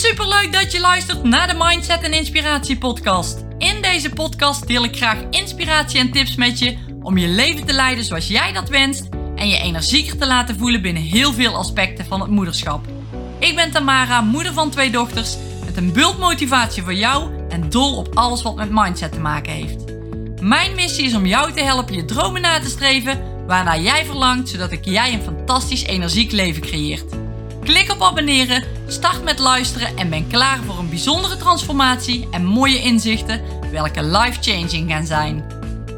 Superleuk dat je luistert naar de Mindset en Inspiratie podcast. In deze podcast deel ik graag inspiratie en tips met je om je leven te leiden zoals jij dat wenst en je energieker te laten voelen binnen heel veel aspecten van het moederschap. Ik ben Tamara, moeder van 2 dochters, met een bult motivatie voor jou en dol op alles wat met mindset te maken heeft. Mijn missie is om jou te helpen je dromen na te streven, waarnaar jij verlangt, zodat ik jij een fantastisch energiek leven creëert. Klik op abonneren, start met luisteren en ben klaar voor een bijzondere transformatie en mooie inzichten welke life-changing gaan zijn.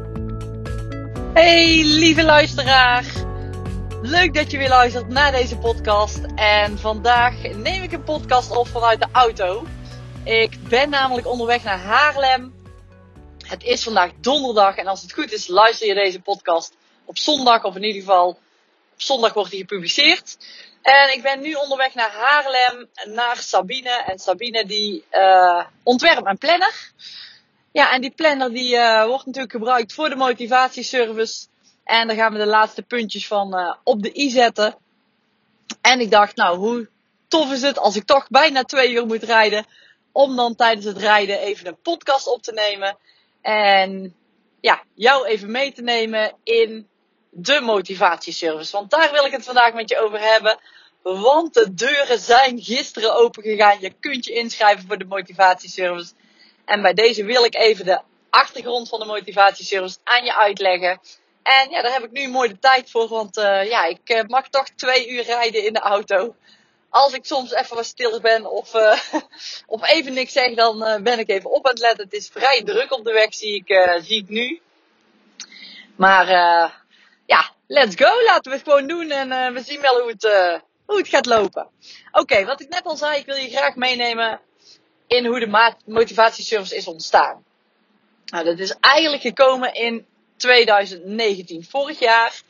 Hey lieve luisteraar, leuk dat je weer luistert naar deze podcast. En vandaag neem ik een podcast op vanuit de auto. Ik ben namelijk onderweg naar Haarlem. Het is vandaag donderdag en als het goed is luister je deze podcast op zondag, of in ieder geval op zondag wordt die gepubliceerd. En ik ben nu onderweg naar Haarlem, naar Sabine. En Sabine die ontwerpt een planner. Ja, en die planner die wordt natuurlijk gebruikt voor de motivatieservice. En daar gaan we de laatste puntjes van op de i zetten. En ik dacht, nou, hoe tof is het als ik toch bijna 2 uur moet rijden. Om dan tijdens het rijden even een podcast op te nemen. En ja, jou even mee te nemen in de motivatieservice. Want daar wil ik het vandaag met je over hebben. Want de deuren zijn gisteren open gegaan. Je kunt je inschrijven voor de motivatieservice. En bij deze wil ik even de achtergrond van de motivatieservice aan je uitleggen. En ja, daar heb ik nu mooi de tijd voor. Want ik mag toch 2 uur rijden in de auto. Als ik soms even wat stiller ben of even niks zeg, dan ben ik even op aan het letten. Het is vrij druk op de weg, zie ik nu. Maar let's go. Laten we het gewoon doen en we zien wel hoe het gaat lopen. Oké, wat ik net al zei, ik wil je graag meenemen in hoe de motivatieservice is ontstaan. Nou, dat is eigenlijk gekomen in 2019, vorig jaar.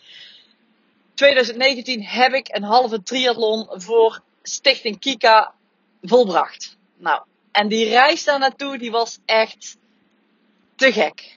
2019 heb ik een halve triathlon voor Stichting Kika volbracht. Nou, en die reis daar naartoe, die was echt te gek.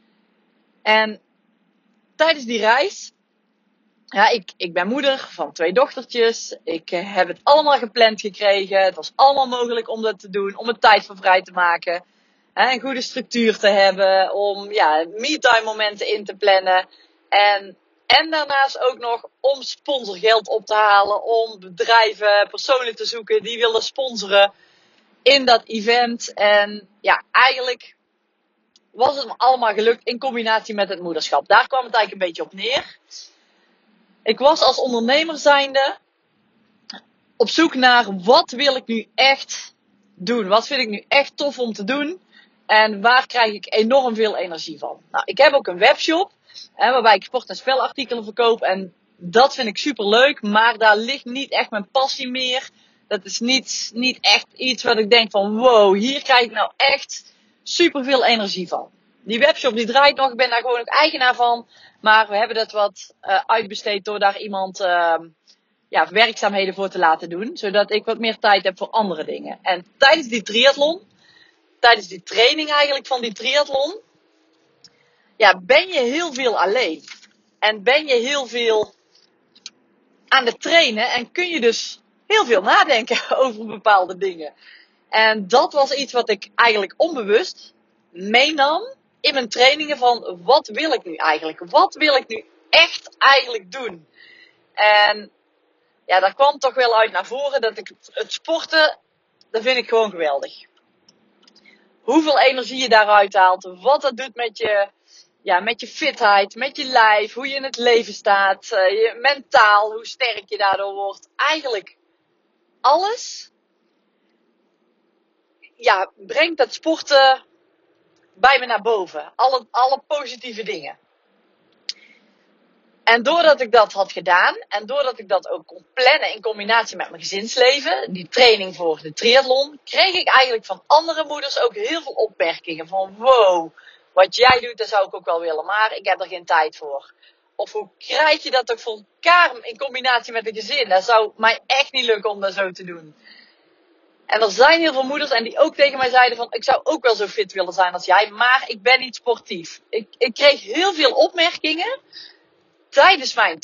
En tijdens die reis, ja, ik ben moeder van 2 dochtertjes. Ik heb het allemaal gepland gekregen. Het was allemaal mogelijk om dat te doen, om er tijd voor vrij te maken. Een goede structuur te hebben, om me-time momenten in te plannen. En daarnaast ook nog om sponsorgeld op te halen, om bedrijven, personen te zoeken die willen sponsoren in dat event. En ja, eigenlijk was het me allemaal gelukt in combinatie met het moederschap. Daar kwam het eigenlijk een beetje op neer. Ik was als ondernemer zijnde op zoek naar wat wil ik nu echt doen? Wat vind ik nu echt tof om te doen? En waar krijg ik enorm veel energie van? Nou, ik heb ook een webshop waarbij ik sport- en spelartikelen verkoop. En dat vind ik super leuk, maar daar ligt niet echt mijn passie meer. Dat is niet echt iets wat ik denk van wow, hier krijg ik nou echt super veel energie van. Die webshop die draait nog, ik ben daar gewoon ook eigenaar van. Maar we hebben dat wat uitbesteed door daar iemand werkzaamheden voor te laten doen. Zodat ik wat meer tijd heb voor andere dingen. En tijdens die triathlon, tijdens die training eigenlijk van die triathlon, ja, ben je heel veel alleen. En ben je heel veel aan het trainen en kun je dus heel veel nadenken over bepaalde dingen. En dat was iets wat ik eigenlijk onbewust meenam in mijn trainingen van wat wil ik nu eigenlijk? Wat wil ik nu echt eigenlijk doen? En ja, daar kwam toch wel uit naar voren dat ik het sporten, dat vind ik gewoon geweldig. Hoeveel energie je daaruit haalt, wat dat doet met je fitheid, met je lijf, hoe je in het leven staat, je mentaal, hoe sterk je daardoor wordt. Eigenlijk alles brengt dat sporten bij me naar boven. Alle positieve dingen. En doordat ik dat had gedaan en doordat ik dat ook kon plannen in combinatie met mijn gezinsleven, die training voor de triathlon, kreeg ik eigenlijk van andere moeders ook heel veel opmerkingen van wow, wat jij doet, dat zou ik ook wel willen, maar ik heb er geen tijd voor. Of hoe krijg je dat toch voor elkaar in combinatie met een gezin? Dat zou mij echt niet lukken om dat zo te doen. En er zijn heel veel moeders en die ook tegen mij zeiden van ik zou ook wel zo fit willen zijn als jij, maar ik ben niet sportief. Ik kreeg heel veel opmerkingen tijdens mijn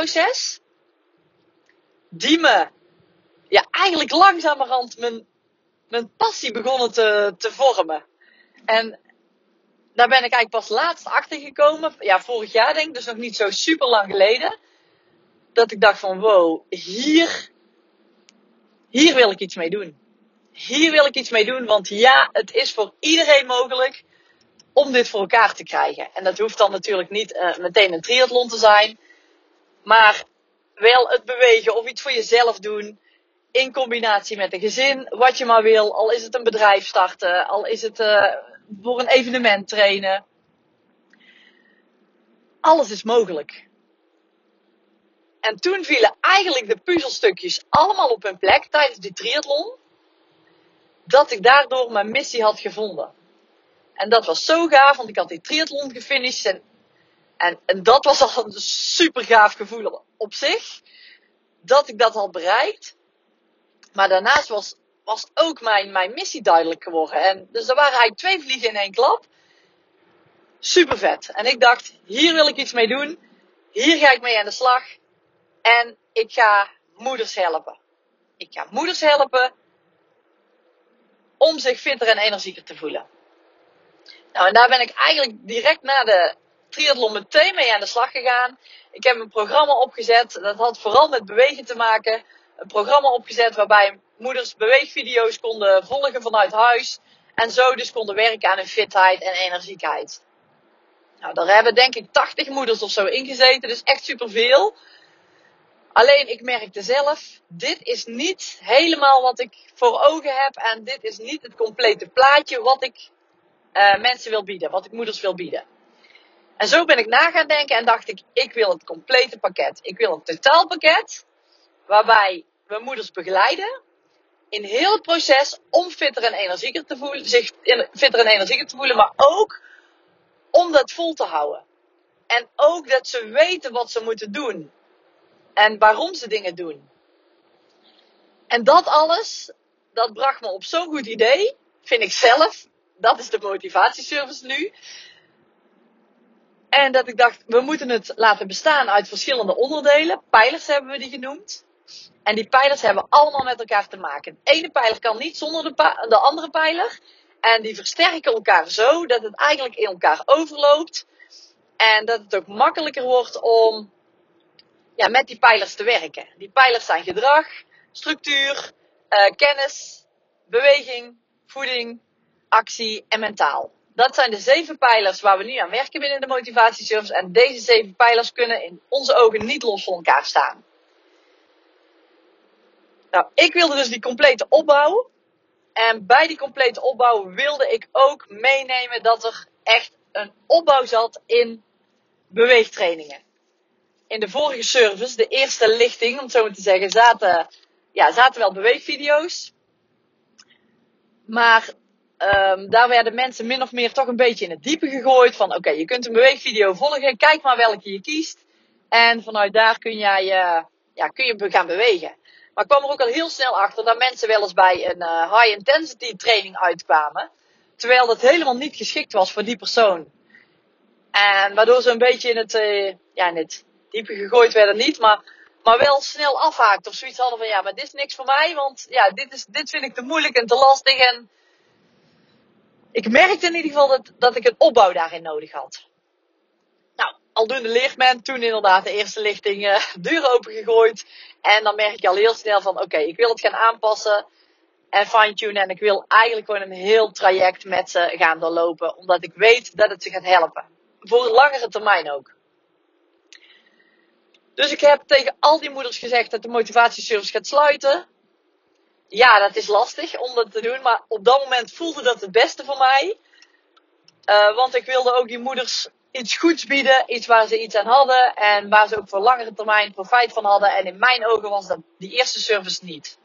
trainingsproces, die me eigenlijk langzamerhand mijn mijn passie begonnen te vormen. En daar ben ik eigenlijk pas laatst achter gekomen. Ja, vorig jaar denk ik, dus nog niet zo super lang geleden. Dat ik dacht van wow, hier wil ik iets mee doen. Hier wil ik iets mee doen, want ja, het is voor iedereen mogelijk om dit voor elkaar te krijgen. En dat hoeft dan natuurlijk niet meteen een triathlon te zijn. Maar wel het bewegen of iets voor jezelf doen. In combinatie met een gezin, wat je maar wil. Al is het een bedrijf starten, al is het voor een evenement trainen. Alles is mogelijk. En toen vielen eigenlijk de puzzelstukjes allemaal op hun plek tijdens die triathlon. Dat ik daardoor mijn missie had gevonden. En dat was zo gaaf, want ik had die triathlon gefinished. En dat was al een super gaaf gevoel op zich. Dat ik dat had bereikt. Maar daarnaast was ook mijn missie duidelijk geworden. En dus er waren eigenlijk 2 vliegen in 1 klap. Super vet. En ik dacht, hier wil ik iets mee doen. Hier ga ik mee aan de slag. En ik ga moeders helpen. Ik ga moeders helpen om zich fitter en energieker te voelen. Nou, en daar ben ik eigenlijk direct na de triathlon meteen mee aan de slag gegaan. Ik heb een programma opgezet. Dat had vooral met bewegen te maken. Een programma opgezet waarbij moeders beweegvideo's konden volgen vanuit huis. En zo dus konden werken aan hun fitheid en energiekheid. Nou, daar hebben denk ik 80 moeders of zo ingezeten. Dus echt superveel. Alleen ik merkte zelf, dit is niet helemaal wat ik voor ogen heb. En dit is niet het complete plaatje wat ik mensen wil bieden. Wat ik moeders wil bieden. En zo ben ik na gaan denken en dacht ik wil het complete pakket. Ik wil een totaalpakket waarbij we moeders begeleiden in heel het proces om fitter en energieker te voelen, zich fitter en energieker te voelen, maar ook om dat vol te houden. En ook dat ze weten wat ze moeten doen en waarom ze dingen doen. En dat alles, dat bracht me op zo'n goed idee, vind ik zelf. Dat is de motivatieservice nu. En dat ik dacht, we moeten het laten bestaan uit verschillende onderdelen. Pijlers hebben we die genoemd. En die pijlers hebben allemaal met elkaar te maken. De ene pijler kan niet zonder de andere pijler. En die versterken elkaar zo dat het eigenlijk in elkaar overloopt. En dat het ook makkelijker wordt om met die pijlers te werken. Die pijlers zijn gedrag, structuur, kennis, beweging, voeding, actie en mentaal. Dat zijn de 7 pijlers waar we nu aan werken binnen de motivatieservice. En deze 7 pijlers kunnen in onze ogen niet los van elkaar staan. Nou, ik wilde dus die complete opbouw. En bij die complete opbouw wilde ik ook meenemen dat er echt een opbouw zat in beweegtrainingen. In de vorige service, de eerste lichting, om het zo maar te zeggen, zaten wel beweegvideo's. Maar daar werden mensen min of meer toch een beetje in het diepe gegooid. Van oké, je kunt een beweegvideo volgen, kijk maar welke je kiest. En vanuit daar kun je gaan bewegen. Maar ik kwam er ook al heel snel achter dat mensen wel eens bij een high intensity training uitkwamen. Terwijl dat helemaal niet geschikt was voor die persoon. En waardoor ze een beetje in het diepe gegooid werden niet. Maar wel snel afhaakten. Of zoiets hadden van maar dit is niks voor mij. Want dit vind ik te moeilijk en te lastig. En ik merkte in ieder geval dat ik een opbouw daarin nodig had. Nou, aldoende leert men toen inderdaad de eerste lichting deuren opengegooid. En dan merk je al heel snel van oké, ik wil het gaan aanpassen en fine-tunen. En ik wil eigenlijk gewoon een heel traject met ze gaan doorlopen. Omdat ik weet dat het ze gaat helpen. Voor een langere termijn ook. Dus ik heb tegen al die moeders gezegd dat de motivatieservice gaat sluiten. Ja, dat is lastig om dat te doen. Maar op dat moment voelde dat het beste voor mij. Want ik wilde ook die moeders iets goeds bieden. Iets waar ze iets aan hadden. En waar ze ook voor langere termijn profijt van hadden. En in mijn ogen was dat die eerste service niet.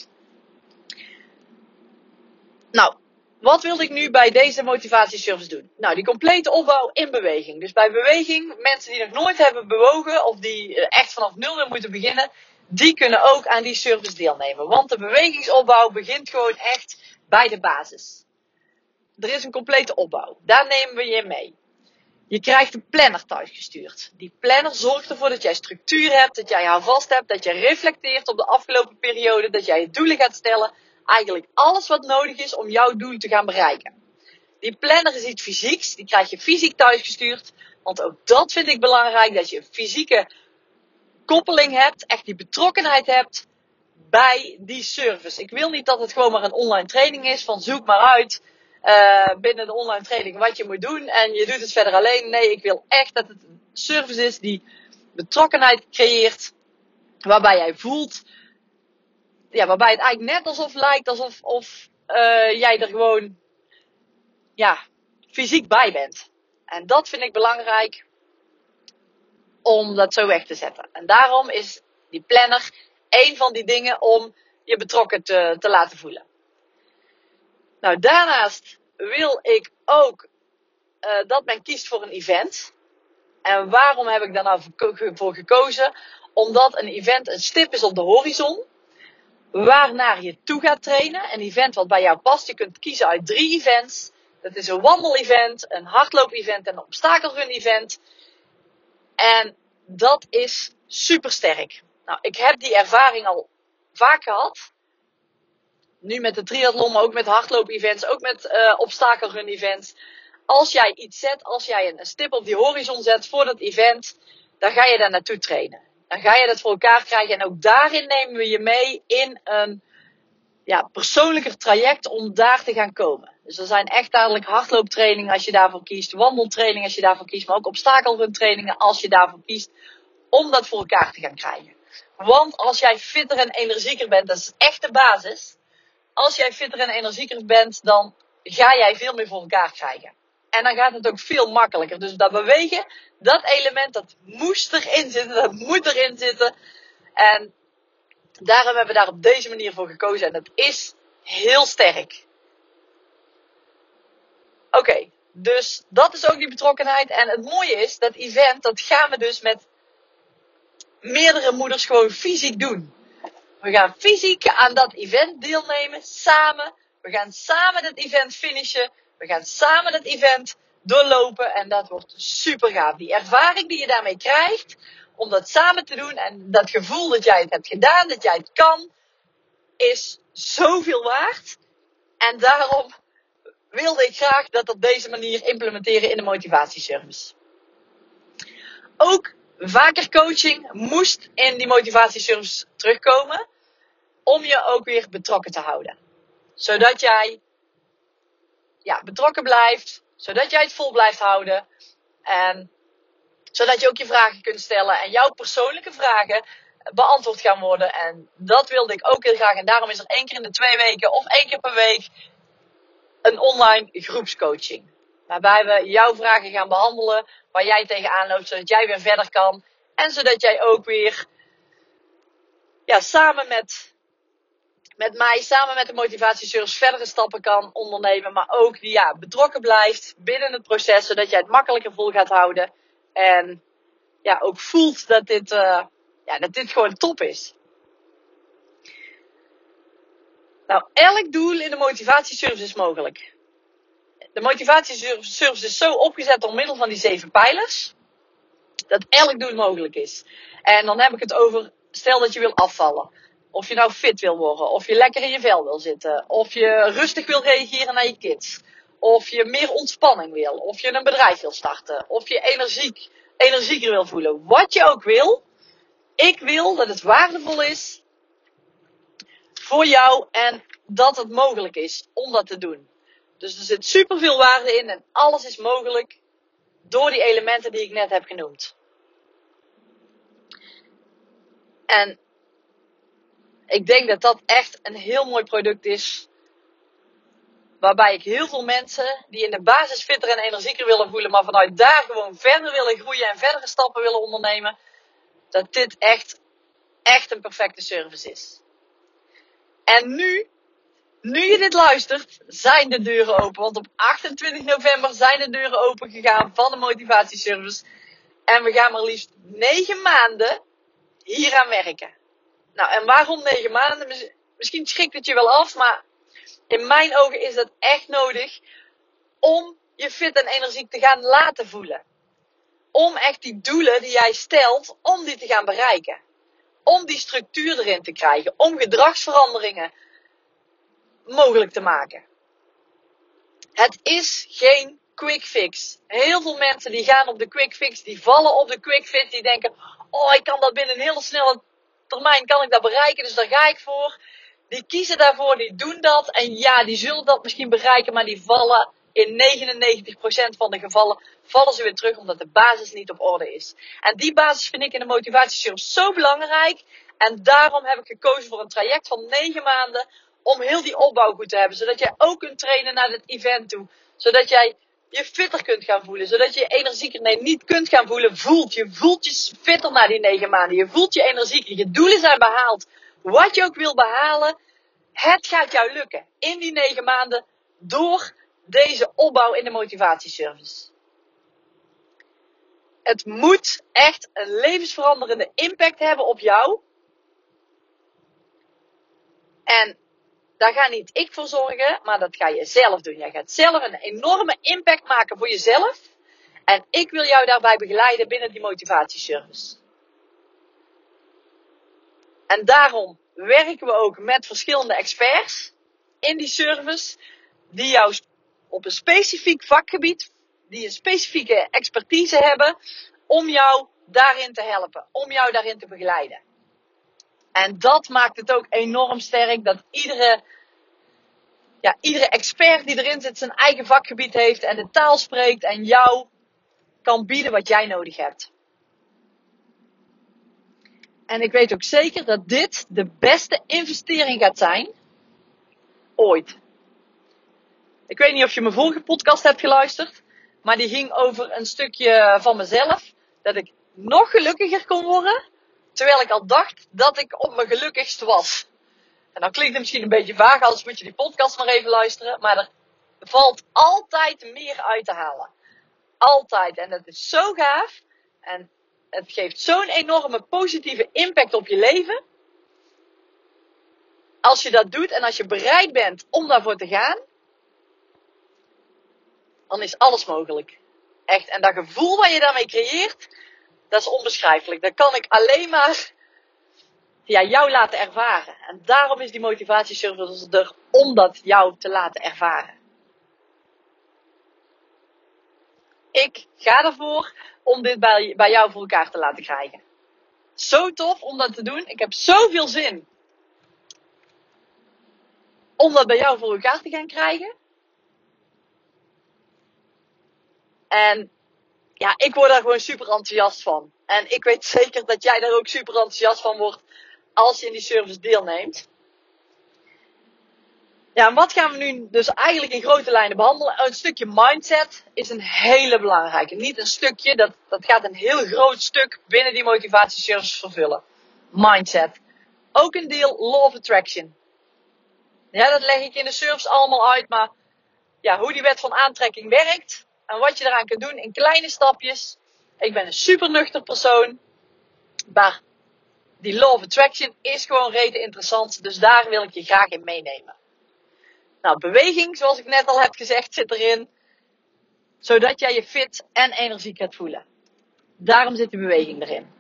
Nou, wat wilde ik nu bij deze motivatieservice doen? Nou, die complete opbouw in beweging. Dus bij beweging, mensen die nog nooit hebben bewogen. Of die echt vanaf nul weer moeten beginnen. Die kunnen ook aan die service deelnemen. Want de bewegingsopbouw begint gewoon echt bij de basis. Er is een complete opbouw. Daar nemen we je mee. Je krijgt een planner thuisgestuurd. Die planner zorgt ervoor dat jij structuur hebt, dat jij haar vast hebt, dat jij reflecteert op de afgelopen periode, dat jij je doelen gaat stellen. eigenlijk alles wat nodig is om jouw doel te gaan bereiken. Die planner is iets fysieks, die krijg je fysiek thuisgestuurd. Want ook dat vind ik belangrijk, dat je een fysieke koppeling hebt, echt die betrokkenheid hebt bij die service. Ik wil niet dat het gewoon maar een online training is van zoek maar uit binnen de online training wat je moet doen en je doet het verder alleen. Nee, ik wil echt dat het een service is die betrokkenheid creëert, waarbij jij voelt, waarbij het eigenlijk net alsof lijkt alsof jij er gewoon fysiek bij bent. En dat vind ik belangrijk om dat zo weg te zetten. En daarom is die planner één van die dingen om je betrokken te laten voelen. Nou, daarnaast wil ik ook dat men kiest voor een event. En waarom heb ik daar nou voor gekozen? Omdat een event een stip is op de horizon, waarnaar je toe gaat trainen. Een event wat bij jou past. Je kunt kiezen uit 3 events. Dat is een wandel-event, een hardloop-event en een obstakelrun-event. En dat is super sterk. Nou, ik heb die ervaring al vaak gehad. Nu met de triathlon, maar ook met hardloop-events, ook met obstakelrun-events. Als jij iets zet, als jij een stip op die horizon zet voor dat event, dan ga je daar naartoe trainen. Dan ga je dat voor elkaar krijgen. En ook daarin nemen we je mee in een persoonlijker traject om daar te gaan komen. Dus er zijn echt dadelijk hardlooptrainingen als je daarvoor kiest, wandeltrainingen als je daarvoor kiest, maar ook obstakelruntrainingen als je daarvoor kiest, om dat voor elkaar te gaan krijgen. Want als jij fitter en energieker bent, dat is echt de basis. Als jij fitter en energieker bent, dan ga jij veel meer voor elkaar krijgen. En dan gaat het ook veel makkelijker. Dus dat bewegen, dat element, dat moest erin zitten, dat moet erin zitten. En daarom hebben we daar op deze manier voor gekozen. En dat is heel sterk. Oké, dus dat is ook die betrokkenheid. En het mooie is, dat event, dat gaan we dus met meerdere moeders gewoon fysiek doen. We gaan fysiek aan dat event deelnemen, samen. We gaan samen dat event finishen. We gaan samen dat event doorlopen. En dat wordt super gaaf. Die ervaring die je daarmee krijgt, om dat samen te doen. En dat gevoel dat jij het hebt gedaan, dat jij het kan, is zoveel waard. En daarom wilde ik graag dat op deze manier implementeren in de motivatieservice. Ook vaker coaching moest in die motivatieservice terugkomen. Om je ook weer betrokken te houden. Zodat jij betrokken blijft. Zodat jij het vol blijft houden. En zodat je ook je vragen kunt stellen. En jouw persoonlijke vragen beantwoord gaan worden. En dat wilde ik ook heel graag. En daarom is er 1 keer in de 2 weken of 1 keer per week een online groepscoaching. Waarbij we jouw vragen gaan behandelen. Waar jij tegenaan loopt. Zodat jij weer verder kan. En zodat jij ook weer samen met mij, samen met de motivatieservice verdere stappen kan ondernemen. Maar ook die betrokken blijft binnen het proces. Zodat jij het makkelijker vol gaat houden. En ook voelt dat dit gewoon top is. Nou, elk doel in de motivatieservice is mogelijk. De motivatieservice is zo opgezet door middel van die 7 pijlers. Dat elk doel mogelijk is. En dan heb ik het over, stel dat je wil afvallen. Of je nou fit wil worden. Of je lekker in je vel wil zitten. Of je rustig wil reageren naar je kids. Of je meer ontspanning wil. Of je een bedrijf wil starten. Of je energieker wil voelen. Wat je ook wil. Ik wil dat het waardevol is voor jou. En dat het mogelijk is om dat te doen. Dus er zit superveel waarde in. En alles is mogelijk door die elementen die ik net heb genoemd. En ik denk dat dat echt een heel mooi product is. Waarbij ik heel veel mensen die in de basis fitter en energieker willen voelen. Maar vanuit daar gewoon verder willen groeien en verdere stappen willen ondernemen. Dat dit echt een perfecte service is. En nu je dit luistert, zijn de deuren open. Want op 28 november zijn de deuren open gegaan van de motivatieservice. En we gaan maar liefst 9 maanden hieraan werken. Nou, en waarom 9 maanden? Misschien schrikt het je wel af, maar in mijn ogen is dat echt nodig om je fit en energiek te gaan laten voelen. Om echt die doelen die jij stelt, om die te gaan bereiken. Om die structuur erin te krijgen. Om gedragsveranderingen mogelijk te maken. Het is geen quick fix. Heel veel mensen die gaan op de quick fix, die vallen op de quick fix, die denken, oh, ik kan dat binnen een hele snelle termijn kan ik dat bereiken, dus daar ga ik voor. Die kiezen daarvoor, die doen dat en ja, die zullen dat misschien bereiken, maar die vallen in 99% van de gevallen vallen ze weer terug omdat de basis niet op orde is. En die basis vind ik in de motivatieservice zo belangrijk en daarom heb ik gekozen voor een traject van 9 maanden om heel die opbouw goed te hebben. Zodat jij ook kunt trainen naar het event toe. Zodat jij je fitter kunt gaan voelen. Zodat je je energieker niet kunt gaan voelen. Je voelt je fitter na die 9 maanden. Je voelt je energieker. Je doelen zijn behaald. Wat je ook wil behalen. Het gaat jou lukken. In die 9 maanden. Door deze opbouw in de motivatieservice. Het moet echt een levensveranderende impact hebben op jou. En daar ga niet ik voor zorgen, maar dat ga je zelf doen. Jij gaat zelf een enorme impact maken voor jezelf. En ik wil jou daarbij begeleiden binnen die motivatieservice. En daarom werken we ook met verschillende experts in die service. Die jou op een specifiek vakgebied, die een specifieke expertise hebben. Om jou daarin te helpen. Om jou daarin te begeleiden. En dat maakt het ook enorm sterk dat iedere expert die erin zit zijn eigen vakgebied heeft en de taal spreekt en jou kan bieden wat jij nodig hebt. En ik weet ook zeker dat dit de beste investering gaat zijn ooit. Ik weet niet of je mijn vorige podcast hebt geluisterd, maar die ging over een stukje van mezelf. Dat ik nog gelukkiger kon worden, terwijl ik al dacht dat ik op mijn gelukkigst was. En dan klinkt het misschien een beetje vaag, anders moet je die podcast maar even luisteren. Maar er valt altijd meer uit te halen. Altijd. En dat is zo gaaf. En het geeft zo'n enorme positieve impact op je leven. Als je dat doet en als je bereid bent om daarvoor te gaan. Dan is alles mogelijk. Echt. En dat gevoel wat je daarmee creëert. Dat is onbeschrijfelijk. Dat kan ik alleen maar jou laten ervaren. En daarom is die motivatieservice er om dat jou te laten ervaren. Ik ga ervoor om dit bij jou voor elkaar te laten krijgen. Zo tof om dat te doen. Ik heb zoveel zin om dat bij jou voor elkaar te gaan krijgen. En ja, ik word daar gewoon super enthousiast van. En ik weet zeker dat jij daar ook super enthousiast van wordt als je in die service deelneemt. Ja, en wat gaan we nu dus eigenlijk in grote lijnen behandelen? Een stukje mindset is een hele belangrijke. Niet een stukje, dat gaat een heel groot stuk binnen die motivatieservice vervullen. Mindset. Ook een deel law of attraction. Ja, dat leg ik in de service allemaal uit, maar ja, hoe die wet van aantrekking werkt en wat je eraan kunt doen in kleine stapjes. Ik ben een super nuchter persoon, maar die law of attraction is gewoon rete interessant, dus daar wil ik je graag in meenemen. Nou, beweging, zoals ik net al heb gezegd, zit erin, zodat jij je fit en energiek gaat voelen. Daarom zit de beweging erin.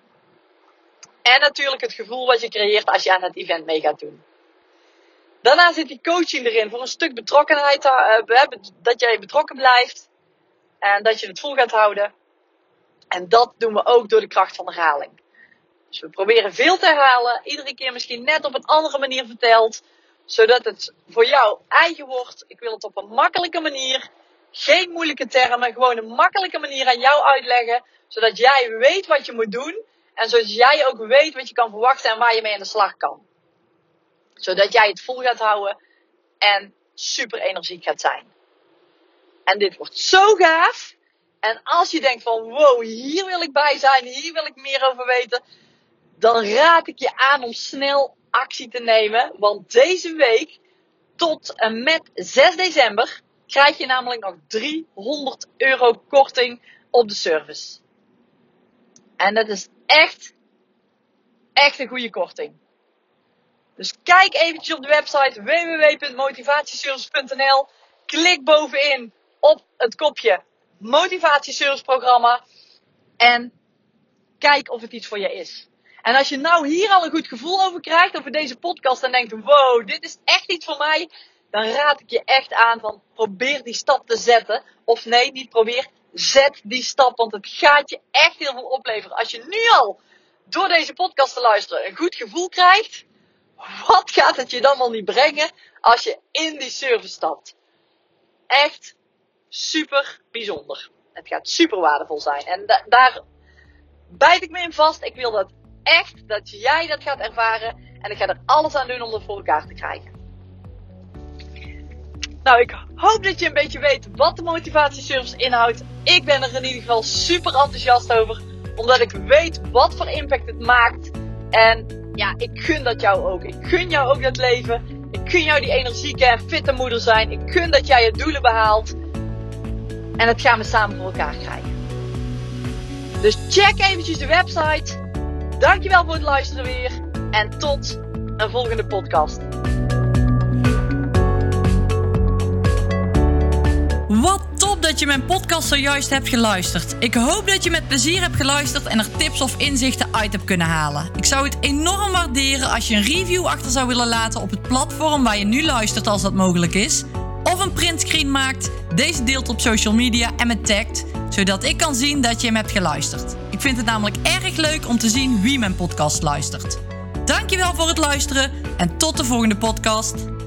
En natuurlijk het gevoel wat je creëert als je aan het event mee gaat doen. Daarna zit die coaching erin voor een stuk betrokkenheid, dat jij betrokken blijft en dat je het vol gaat houden. En dat doen we ook door de kracht van herhaling. Dus we proberen veel te herhalen, iedere keer misschien net op een andere manier verteld, zodat het voor jou eigen wordt. Ik wil het op een makkelijke manier, geen moeilijke termen, gewoon een makkelijke manier aan jou uitleggen, zodat jij weet wat je moet doen en zodat jij ook weet wat je kan verwachten en waar je mee aan de slag kan. Zodat jij het vol gaat houden en super energiek gaat zijn. En dit wordt zo gaaf. En als je denkt van wow, hier wil ik bij zijn, hier wil ik meer over weten. Dan raad ik je aan om snel actie te nemen. Want deze week tot en met 6 december krijg je namelijk nog €300 korting op de service. En dat is echt een goede korting. Dus kijk eventjes op de website www.motivatieservice.nl. Klik bovenin op het kopje motivatieservice programma. En kijk of het iets voor je is. En als je nou hier al een goed gevoel over krijgt, over deze podcast, en denkt, wow, dit is echt iets voor mij. dan raad ik je echt aan van probeer die stap te zetten. Of nee, niet probeer, zet die stap. Want het gaat je echt heel veel opleveren. Als je nu al door deze podcast te luisteren een goed gevoel krijgt, wat gaat het je dan wel niet brengen als je in die service stapt? Echt super bijzonder. Het gaat super waardevol zijn. En daar bijt ik me in vast. Ik wil dat echt, dat jij dat gaat ervaren. En ik ga er alles aan doen om dat voor elkaar te krijgen. Nou, ik hoop dat je een beetje weet wat de motivatieservice inhoudt. Ik ben er in ieder geval super enthousiast over. Omdat ik weet wat voor impact het maakt. En ja, ik gun dat jou ook. Ik gun jou ook dat leven. Ik gun jou die energieke en fitte moeder zijn. Ik gun dat jij je doelen behaalt. En dat gaan we samen voor elkaar krijgen. Dus check eventjes de website. Dankjewel voor het luisteren weer. En tot een volgende podcast. Wat top dat je mijn podcast zojuist hebt geluisterd. Ik hoop dat je met plezier hebt geluisterd en er tips of inzichten uit hebt kunnen halen. Ik zou het enorm waarderen als je een review achter zou willen laten op het platform waar je nu luistert als dat mogelijk is. Of een printscreen maakt, deze deelt op social media en me tagt, zodat ik kan zien dat je hem hebt geluisterd. Ik vind het namelijk erg leuk om te zien wie mijn podcast luistert. Dankjewel voor het luisteren en tot de volgende podcast.